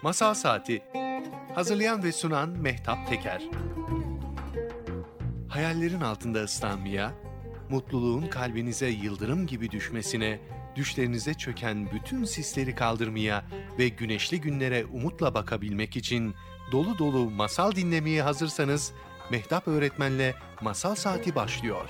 Masal Saati. Hazırlayan ve sunan Mehtap Teker. Hayallerin altında ıslanmaya, mutluluğun kalbinize yıldırım gibi düşmesine, düşlerinize çöken bütün sisleri kaldırmaya ve güneşli günlere umutla bakabilmek için dolu dolu masal dinlemeye hazırsanız, Mehtap Öğretmen'le Masal Saati başlıyor.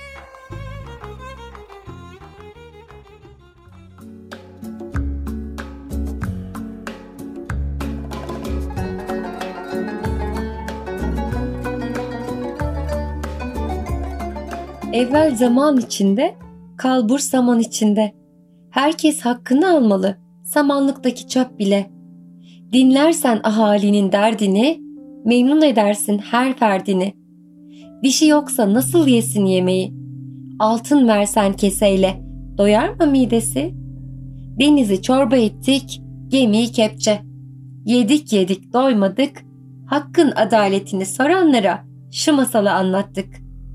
Evvel zaman içinde, kalbur saman içinde. Herkes hakkını almalı, samanlıktaki çöp bile. Dinlersen ahalinin derdini, memnun edersin her ferdini. Dişi yoksa nasıl yesin yemeği? Altın versen keseyle, doyar mı midesi? Denizi çorba ettik, gemiyi kepçe. Yedik yedik doymadık, hakkın adaletini soranlara şu masalı anlattık.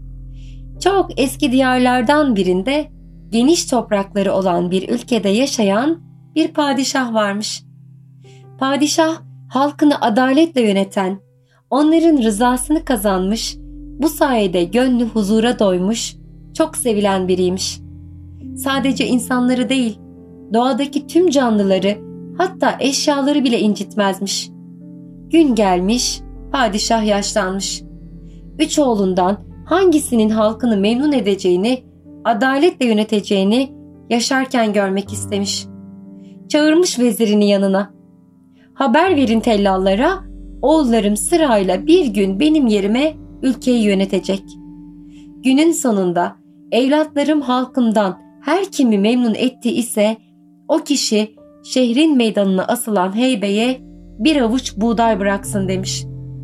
Çok eski diyarlardan birinde, geniş toprakları olan bir ülkede yaşayan bir padişah varmış. Padişah, halkını adaletle yöneten, onların rızasını kazanmış, bu sayede gönlü huzura doymuş, çok sevilen biriymiş. Sadece insanları değil, doğadaki tüm canlıları, hatta eşyaları bile incitmezmiş. Gün gelmiş, padişah yaşlanmış. 3 oğlundan hangisinin halkını memnun edeceğini, adaletle yöneteceğini yaşarken görmek istemiş. Çağırmış vezirini yanına. Haber verin tellallara, oğullarım sırayla bir gün benim yerime ülkeyi yönetecek. Günün sonunda evlatlarım halkımdan her kimi memnun etti ise o kişi şehrin meydanına asılan heybeye bir avuç buğday bıraksın demiş.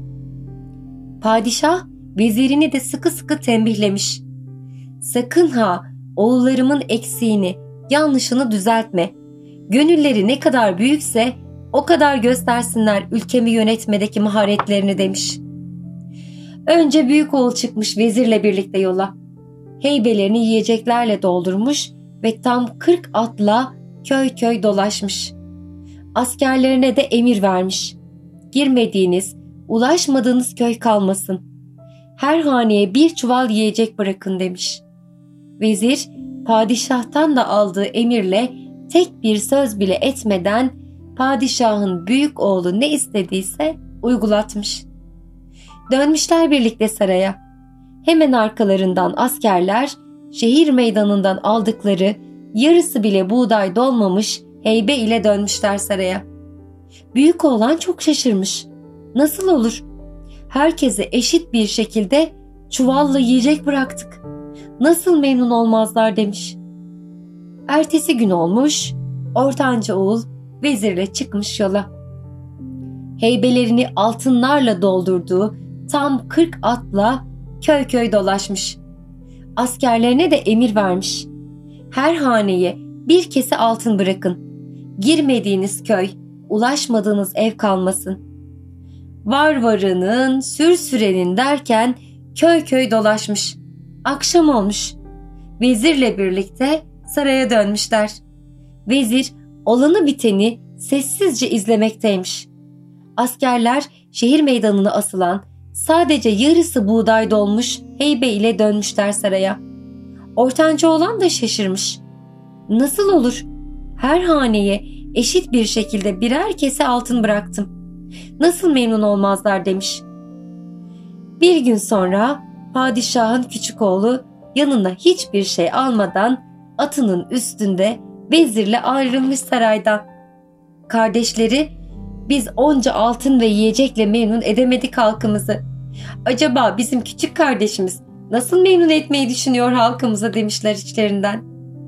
Padişah vezirini de sıkı sıkı tembihlemiş. Sakın ha oğullarımın eksiğini, yanlışını düzeltme. Gönülleri ne kadar büyükse o kadar göstersinler ülkemi yönetmedeki maharetlerini demiş. Önce büyük oğul çıkmış vezirle birlikte yola. Heybelerini yiyeceklerle doldurmuş ve tam 40 atla köy köy dolaşmış. Askerlerine de emir vermiş. Girmediğiniz, ulaşmadığınız köy kalmasın. Her haneye bir çuval yiyecek bırakın demiş. Vezir, padişahtan da aldığı emirle tek bir söz bile etmeden padişahın büyük oğlu ne istediyse uygulatmış. Dönmüşler birlikte saraya. Hemen arkalarından askerler şehir meydanından aldıkları yarısı bile buğday dolmamış heybe ile dönmüşler saraya. Büyük oğlan çok şaşırmış. Nasıl olur? Herkese eşit bir şekilde çuvalla yiyecek bıraktık. Nasıl memnun olmazlar demiş. Ertesi gün olmuş, ortanca oğul vezirle çıkmış yola. Heybelerini altınlarla doldurduğu tam 40 atla köy köy dolaşmış. Askerlerine de emir vermiş. Her haneye bir kese altın bırakın. Girmediğiniz köy, ulaşmadığınız ev kalmasın. Var varının, sür sürenin derken köy köy dolaşmış. Akşam olmuş. Vezirle birlikte saraya dönmüşler. Vezir olanı biteni sessizce izlemekteymiş. Askerler şehir meydanına asılan sadece yarısı buğday dolmuş heybe ile dönmüşler saraya. Ortanca oğlan da şaşırmış. Nasıl olur? Her haneye eşit bir şekilde birer kese altın bıraktım. Nasıl memnun olmazlar demiş. Bir gün sonra padişahın küçük oğlu yanına hiçbir şey almadan atının üstünde vezirle ayrılmış saraydan. Kardeşleri, biz onca altın ve yiyecekle memnun edemedik halkımızı. Acaba bizim küçük kardeşimiz nasıl memnun etmeyi düşünüyor halkımıza demişler içlerinden.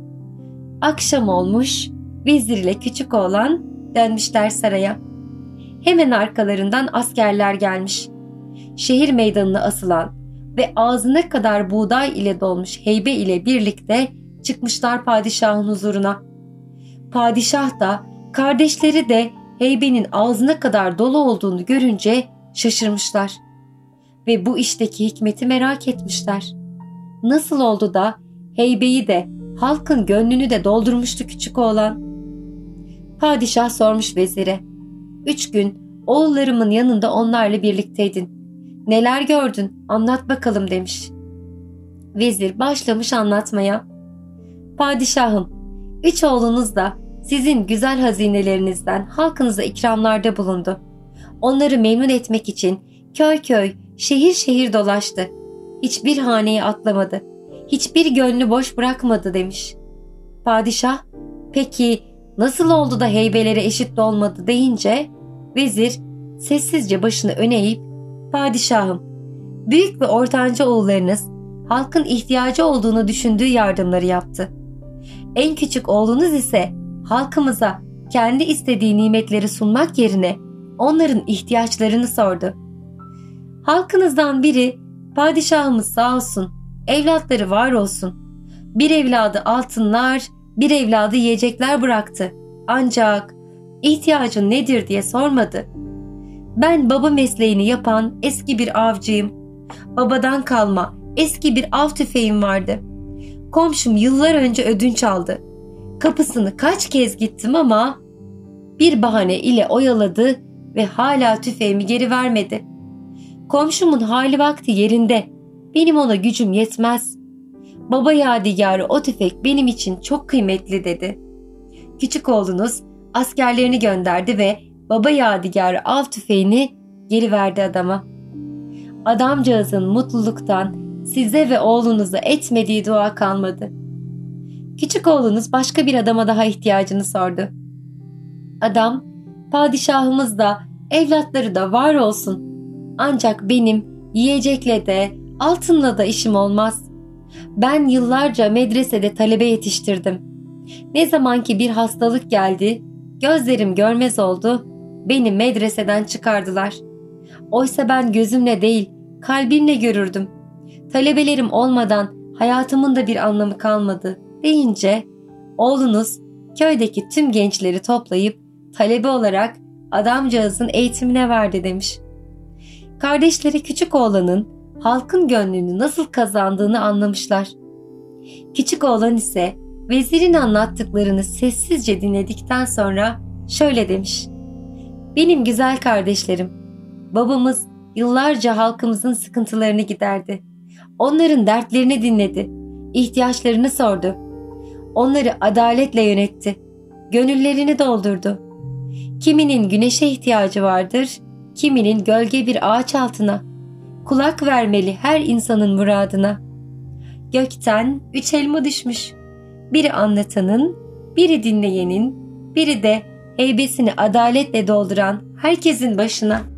Akşam olmuş, vezir ile küçük oğlan dönmüşler saraya. Hemen arkalarından askerler gelmiş. Şehir meydanına asılan ve ağzına kadar buğday ile dolmuş heybe ile birlikte çıkmışlar padişahın huzuruna. Padişah da, kardeşleri de heybenin ağzına kadar dolu olduğunu görünce şaşırmışlar. Ve bu işteki hikmeti merak etmişler. Nasıl oldu da heybeyi de halkın gönlünü de doldurmuştu küçük oğlan? Padişah sormuş vezire. 3 gün oğullarımın yanında onlarla birlikteydin. Neler gördün, anlat bakalım demiş. Vezir başlamış anlatmaya. Padişahım, 3 oğlunuz da sizin güzel hazinelerinizden halkınıza ikramlarda bulundu. Onları memnun etmek için köy köy, şehir şehir dolaştı. Hiçbir haneye atlamadı. Hiçbir gönlü boş bırakmadı demiş. Padişah, peki nasıl oldu da heybelere eşit dolmadı deyince vezir sessizce başını öne eğip, padişahım, büyük ve ortanca oğullarınız halkın ihtiyacı olduğunu düşündüğü yardımları yaptı. En küçük oğlunuz ise halkımıza kendi istediği nimetleri sunmak yerine onların ihtiyaçlarını sordu. Halkınızdan biri, padişahımız sağ olsun, evlatları var olsun. Bir evladı altınlar, bir evladı yiyecekler bıraktı. Ancak ihtiyacın nedir diye sormadı. Ben baba mesleğini yapan eski bir avcıyım. Babadan kalma eski bir av tüfeğim vardı. Komşum yıllar önce ödünç aldı. Kapısını kaç kez gittim ama bir bahane ile oyaladı ve hala tüfeğimi geri vermedi. Komşumun hali vakti yerinde. Benim ona gücüm yetmez. Baba yadigarı o tüfek benim için çok kıymetli dedi. Küçük oğlunuz askerlerini gönderdi ve baba yadigarı av tüfeğini geri verdi adama. Adamcağızın mutluluktan size ve oğlunuza etmediği dua kalmadı. Küçük oğlunuz başka bir adama daha ihtiyacını sordu. Adam, padişahımız da evlatları da var olsun. Ancak benim yiyecekle de altınla da işim olmaz. Ben yıllarca medresede talebe yetiştirdim. Ne zaman ki bir hastalık geldi, gözlerim görmez oldu, beni medreseden çıkardılar. Oysa ben gözümle değil, kalbimle görürdüm. Talebelerim olmadan hayatımın da bir anlamı kalmadı deyince, oğlunuz köydeki tüm gençleri toplayıp talebe olarak adamcağızın eğitimine verdi demiş. Kardeşleri küçük oğlanın halkın gönlünü nasıl kazandığını anlamışlar. Küçük oğlan ise vezirin anlattıklarını sessizce dinledikten sonra şöyle demiş. Benim güzel kardeşlerim, babamız yıllarca halkımızın sıkıntılarını giderdi. Onların dertlerini dinledi, ihtiyaçlarını sordu. Onları adaletle yönetti, gönüllerini doldurdu. Kiminin güneşe ihtiyacı vardır, kiminin gölge bir ağaç altına. Kulak vermeli her insanın muradına. Gökten 3 elma düşmüş. Biri anlatanın, biri dinleyenin, biri de heybesini adaletle dolduran herkesin başına.